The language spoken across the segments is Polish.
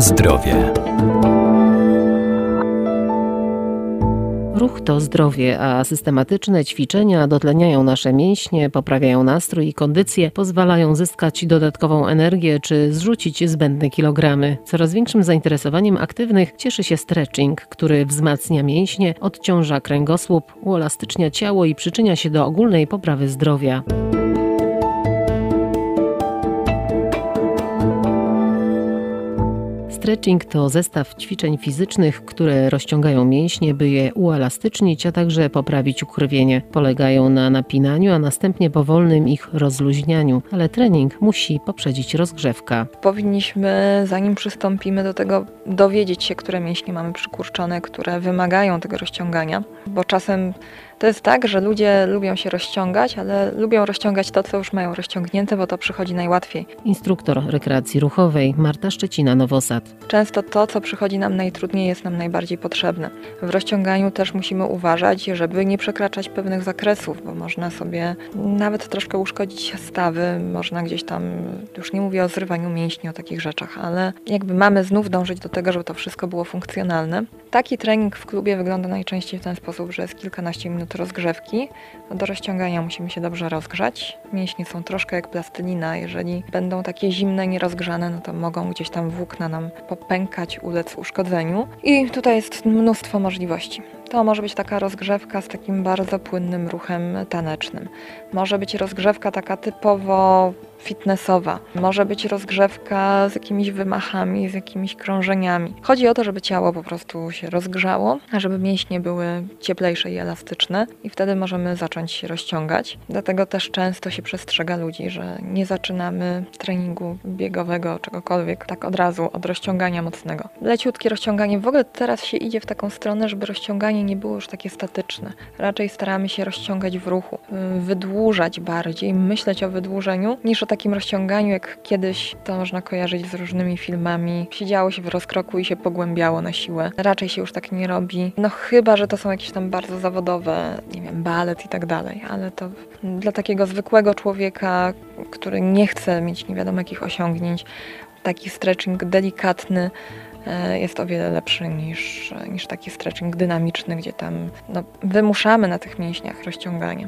zdrowie. Ruch to zdrowie, a systematyczne ćwiczenia dotleniają nasze mięśnie, poprawiają nastrój i kondycję, pozwalają zyskać dodatkową energię czy zrzucić zbędne kilogramy. Coraz większym zainteresowaniem aktywnych cieszy się stretching, który wzmacnia mięśnie, odciąża kręgosłup, uelastycznia ciało i przyczynia się do ogólnej poprawy zdrowia. Stretching to zestaw ćwiczeń fizycznych, które rozciągają mięśnie, by je uelastycznić, a także poprawić ukrwienie. Polegają na napinaniu, a następnie powolnym ich rozluźnianiu, ale trening musi poprzedzić rozgrzewka. Powinniśmy, zanim przystąpimy do tego, dowiedzieć się, które mięśnie mamy przykurczone, które wymagają tego rozciągania, bo czasem to jest tak, że ludzie lubią się rozciągać, ale lubią rozciągać to, co już mają rozciągnięte, bo to przychodzi najłatwiej. Instruktor rekreacji ruchowej Marta Szczecina-Nowosad. Często to, co przychodzi nam najtrudniej, jest nam najbardziej potrzebne. W rozciąganiu też musimy uważać, żeby nie przekraczać pewnych zakresów, bo można sobie nawet troszkę uszkodzić stawy, można gdzieś tam, już nie mówię o zrywaniu mięśni, o takich rzeczach, ale jakby mamy znów dążyć do tego, żeby to wszystko było funkcjonalne. Taki trening w klubie wygląda najczęściej w ten sposób, że jest kilkanaście minut rozgrzewki. Do rozciągania musimy się dobrze rozgrzać. Mięśnie są troszkę jak plastelina. Jeżeli będą takie zimne, nierozgrzane, no to mogą gdzieś tam włókna nam popękać, ulec uszkodzeniu. I tutaj jest mnóstwo możliwości. To może być taka rozgrzewka z takim bardzo płynnym ruchem tanecznym. Może być rozgrzewka taka typowo fitnessowa. Może być rozgrzewka z jakimiś wymachami, z jakimiś krążeniami. Chodzi o to, żeby ciało po prostu się rozgrzało, a żeby mięśnie były cieplejsze i elastyczne i wtedy możemy zacząć się rozciągać. Dlatego też często się przestrzega ludzi, że nie zaczynamy treningu biegowego, czegokolwiek, tak od razu, od rozciągania mocnego. Leciutkie rozciąganie. W ogóle teraz się idzie w taką stronę, żeby rozciąganie nie było już takie statyczne. Raczej staramy się rozciągać w ruchu, wydłużać bardziej, myśleć o wydłużeniu, niż o takim rozciąganiu, jak kiedyś to można kojarzyć z różnymi filmami. Siedziało się w rozkroku i się pogłębiało na siłę. Raczej się już tak nie robi. No chyba, że to są jakieś tam bardzo zawodowe, nie wiem, balet i tak dalej, ale to dla takiego zwykłego człowieka, który nie chce mieć nie wiadomo jakich osiągnięć, taki stretching delikatny jest o wiele lepszy niż taki stretching dynamiczny, gdzie tam wymuszamy na tych mięśniach rozciąganie.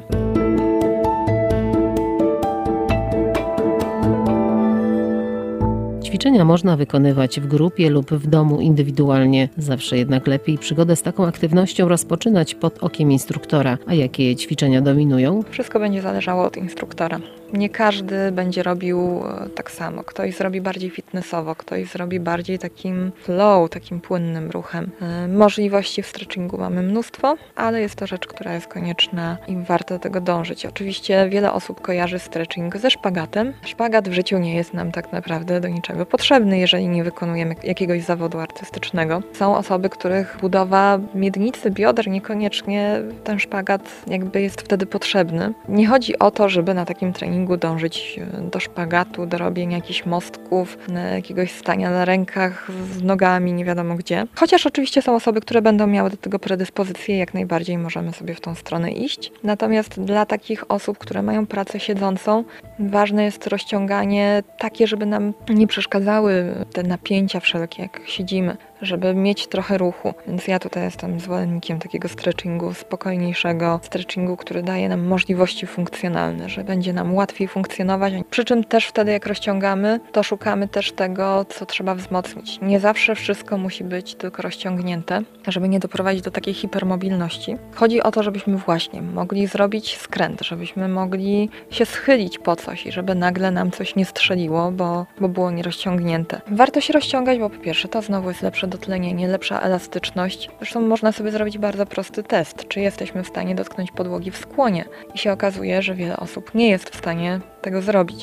Ćwiczenia można wykonywać w grupie lub w domu indywidualnie. Zawsze jednak lepiej przygodę z taką aktywnością rozpoczynać pod okiem instruktora. A jakie ćwiczenia dominują? Wszystko będzie zależało od instruktora. Nie każdy będzie robił tak samo. Ktoś zrobi bardziej fitnessowo, ktoś zrobi bardziej takim flow, takim płynnym ruchem. Możliwości w stretchingu mamy mnóstwo, ale jest to rzecz, która jest konieczna i warto do tego dążyć. Oczywiście wiele osób kojarzy stretching ze szpagatem. Szpagat w życiu nie jest nam tak naprawdę do niczego potrzebny, jeżeli nie wykonujemy jakiegoś zawodu artystycznego. Są osoby, których budowa miednicy, bioder, niekoniecznie ten szpagat jakby jest wtedy potrzebny. Nie chodzi o to, żeby na takim treningu dążyć do szpagatu, do robienia jakichś mostków, jakiegoś stania na rękach z nogami, nie wiadomo gdzie. Chociaż oczywiście są osoby, które będą miały do tego predyspozycję, jak najbardziej możemy sobie w tą stronę iść. Natomiast dla takich osób, które mają pracę siedzącą, ważne jest rozciąganie takie, żeby nam nie przeszkadzały te napięcia wszelkie, jak siedzimy, żeby mieć trochę ruchu. Więc ja tutaj jestem zwolennikiem takiego stretchingu, spokojniejszego stretchingu, który daje nam możliwości funkcjonalne, że będzie nam łatwiej funkcjonować. Przy czym też wtedy, jak rozciągamy, to szukamy też tego, co trzeba wzmocnić. Nie zawsze wszystko musi być tylko rozciągnięte, żeby nie doprowadzić do takiej hipermobilności. Chodzi o to, żebyśmy właśnie mogli zrobić skręt, żebyśmy mogli się schylić po coś i żeby nagle nam coś nie strzeliło, bo było nierozciągnięte. Warto się rozciągać, bo po pierwsze to znowu jest lepsze dotlenienie, lepsza elastyczność. Zresztą można sobie zrobić bardzo prosty test, czy jesteśmy w stanie dotknąć podłogi w skłonie. I się okazuje, że wiele osób nie jest w stanie tego zrobić.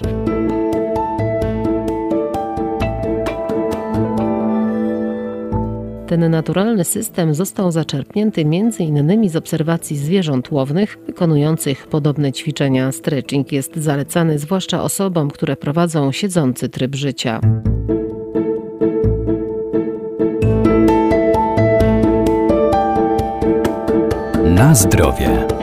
Ten naturalny system został zaczerpnięty m.in. z obserwacji zwierząt łownych wykonujących podobne ćwiczenia. Stretching jest zalecany zwłaszcza osobom, które prowadzą siedzący tryb życia. Na zdrowie.